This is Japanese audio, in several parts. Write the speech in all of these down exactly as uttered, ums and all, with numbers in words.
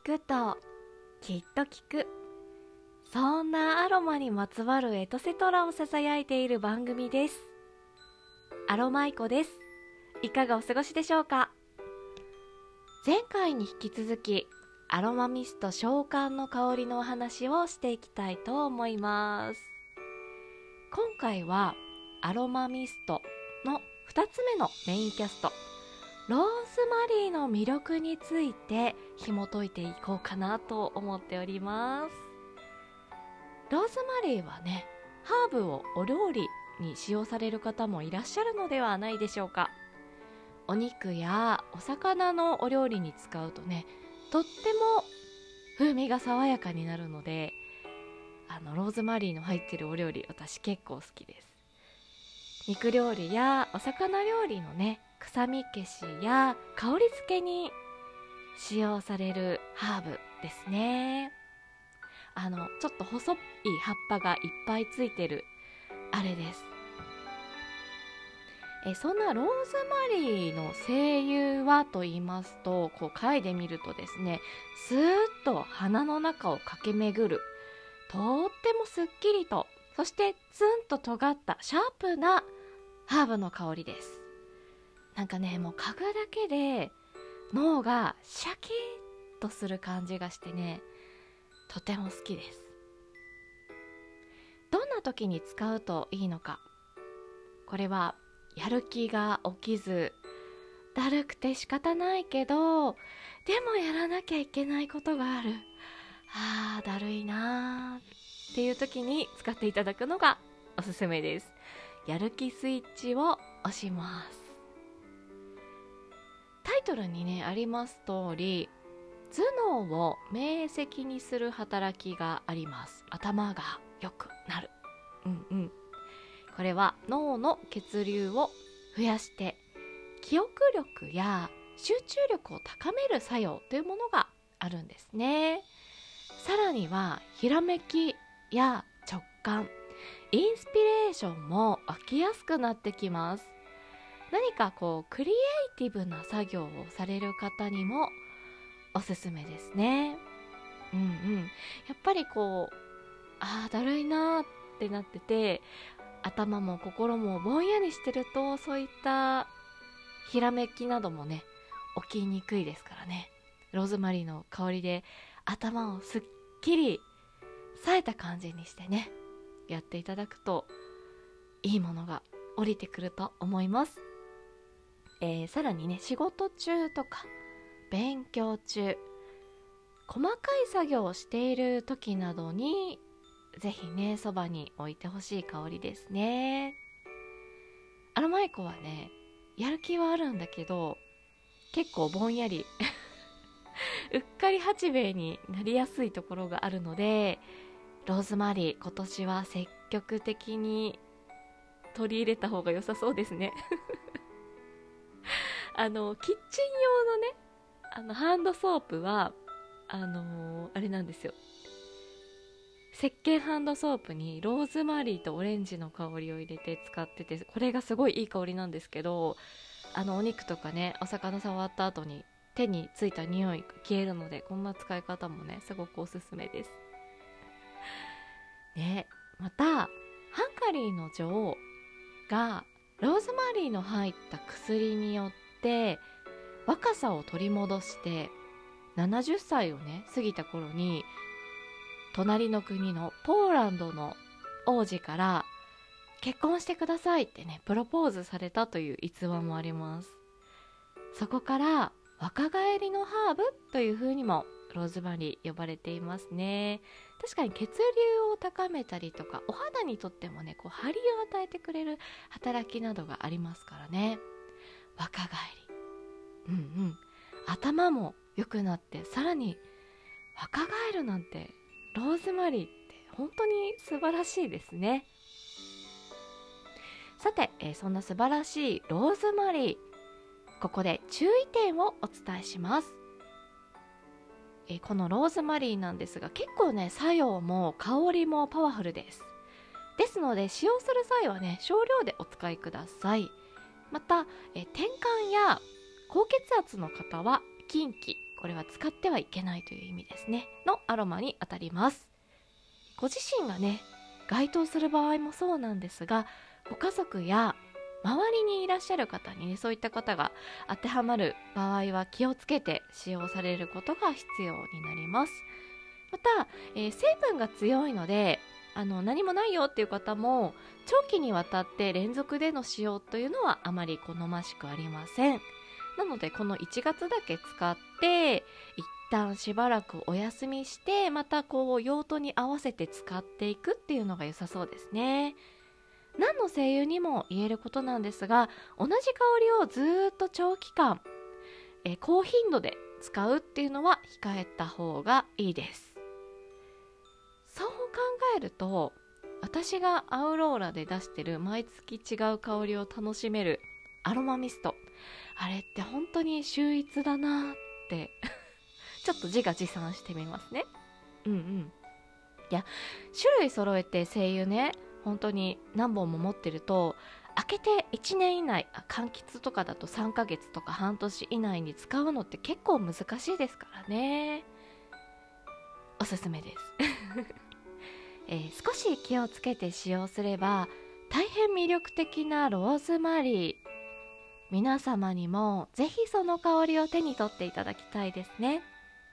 聞くときっと聞く、そんなアロマにまつわるエトセトラをささやいている番組です。アロマイコです。いかがお過ごしでしょうか。前回に引き続きアロマミスト召喚の香りのお話をしていきたいと思います。今回はアロマミストのふたつめのメインキャスト、ローズマリーの魅力について紐解いていこうかなと思っております。ローズマリーはね、ハーブをお料理に使用される方もいらっしゃるのではないでしょうか。お肉やお魚のお料理に使うとね、とっても風味が爽やかになるので、あのローズマリーの入ってるお料理、私結構好きです。肉料理やお魚料理のね、臭み消しや香り付けに使用されるハーブですね。あのちょっと細い葉っぱがいっぱいついてるあれです。えそんなローズマリーの精油はと言いますと、こう嗅いでみるとですね、スーッと鼻の中を駆け巡る、とってもすっきりと、そしてツンと尖ったシャープなハーブの香りです。なんかね、もう嗅ぐだけで脳がシャキッとする感じがしてね、とても好きです。どんな時に使うといいのか。これはやる気が起きず、だるくて仕方ないけど、でもやらなきゃいけないことがある、あーだるいなーっていう時に使っていただくのがおすすめです。やる気スイッチを押します。タイトルにねあります通り、頭脳を明晰にする働きがあります。頭が良くなる。うんうん。これは脳の血流を増やして記憶力や集中力を高める作用というものがあるんですね。さらにはひらめきや直感、インスピレーションも湧きやすくなってきます。何かこうクリエイティブな作業をされる方にもおすすめですね。うんうん。やっぱりこう、あーだるいなーってなってて、頭も心もぼんやりしてると、そういったひらめきなどもね起きにくいですからね。ローズマリーの香りで頭をすっきり冴えた感じにしてね、やっていただくといいものが降りてくると思います。えー、さらにね、仕事中とか勉強中、細かい作業をしている時などにぜひね、そばに置いてほしい香りですね。アロマイコはね、やる気はあるんだけど結構ぼんやりうっかり八兵衛になりやすいところがあるので、ローズマリー今年は積極的に取り入れた方が良さそうですねあのキッチン用のね、あのハンドソープはあのー、あれなんですよ、石鹸ハンドソープにローズマリーとオレンジの香りを入れて使ってて、これがすごいいい香りなんですけど、あのお肉とかね、お魚触った後に手についた匂い消えるので、こんな使い方もねすごくおすすめですね。またハンカリーの女王がローズマリーの入った薬によって若さを取り戻して、ななじゅっさいをね過ぎた頃に隣の国のポーランドの王子から結婚してくださいってねプロポーズされたという逸話もあります。そこから若返りのハーブという風にもローズマリー呼ばれていますね。確かに血流を高めたりとか、お肌にとってもねこう張りを与えてくれる働きなどがありますからね。若返り、うんうん、頭も良くなって、さらに若返るなんて、ローズマリーって本当に素晴らしいですね。さて、えー、そんな素晴らしいローズマリー、ここで注意点をお伝えします。えー、このローズマリーなんですが、結構ね作用も香りもパワフルです。ですので使用する際はね少量でお使いください。また、えー、転換や高血圧の方は近畿これは使ってはいけないという意味ですねのアロマにあたります。ご自身がね該当する場合もそうなんですが、ご家族や周りにいらっしゃる方にね、そういった方が当てはまる場合は気をつけて使用されることが必要になります。また、えー成分が強いのであの何もないよっていう方も長期にわたって連続での使用というのはあまり好ましくありません。なのでこのいちがつだけ使って一旦しばらくお休みして、またこう用途に合わせて使っていくっていうのが良さそうですね。何の精油にも言えることなんですが、同じ香りをずーっと長期間、えー高頻度で使うっていうのは控えた方がいいです。そう考えると、私がアウローラで出してる毎月違う香りを楽しめるアロマミスト、あれって本当に秀逸だなってちょっと自画自賛してみますね。うんうん。いや、種類揃えて精油ね、本当に何本も持ってると、開けていちねん以内、あ柑橘とかだとさんかげつとか半年以内に使うのって結構難しいですからね。おすすめです、えー少し気をつけて使用すれば大変魅力的なローズマリー、皆様にもぜひその香りを手に取っていただきたいですね。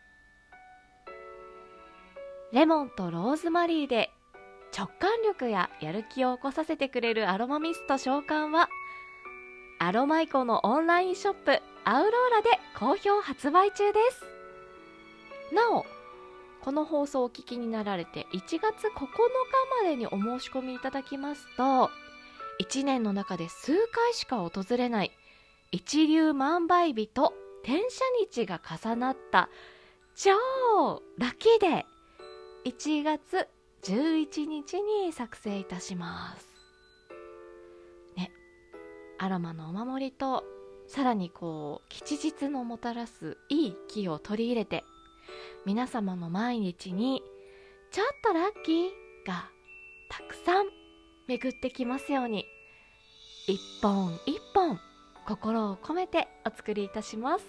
レモンとローズマリーで直感力ややる気を起こさせてくれるアロマミスト召喚はアロマイコのオンラインショップアウローラで好評発売中です。なお、この放送をお聞きになられていちがつここのかまでにお申し込みいただきますと、いちねんの中で数回しか訪れない一粒万倍日と天赦日が重なった超ラッキーデー、いちがつじゅういちにちに作成いたしますね。アロマのお守りと、さらにこう吉日のもたらすいい気を取り入れて、皆様の毎日にちょっとラッキーがたくさん巡ってきますように、一本一本心を込めてお作りいたします。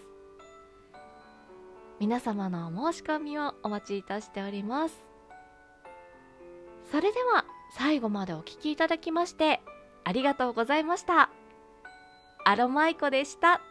皆様のお申し込みをお待ちいたしております。それでは最後までお聞きいただきましてありがとうございました。アロマイコでした。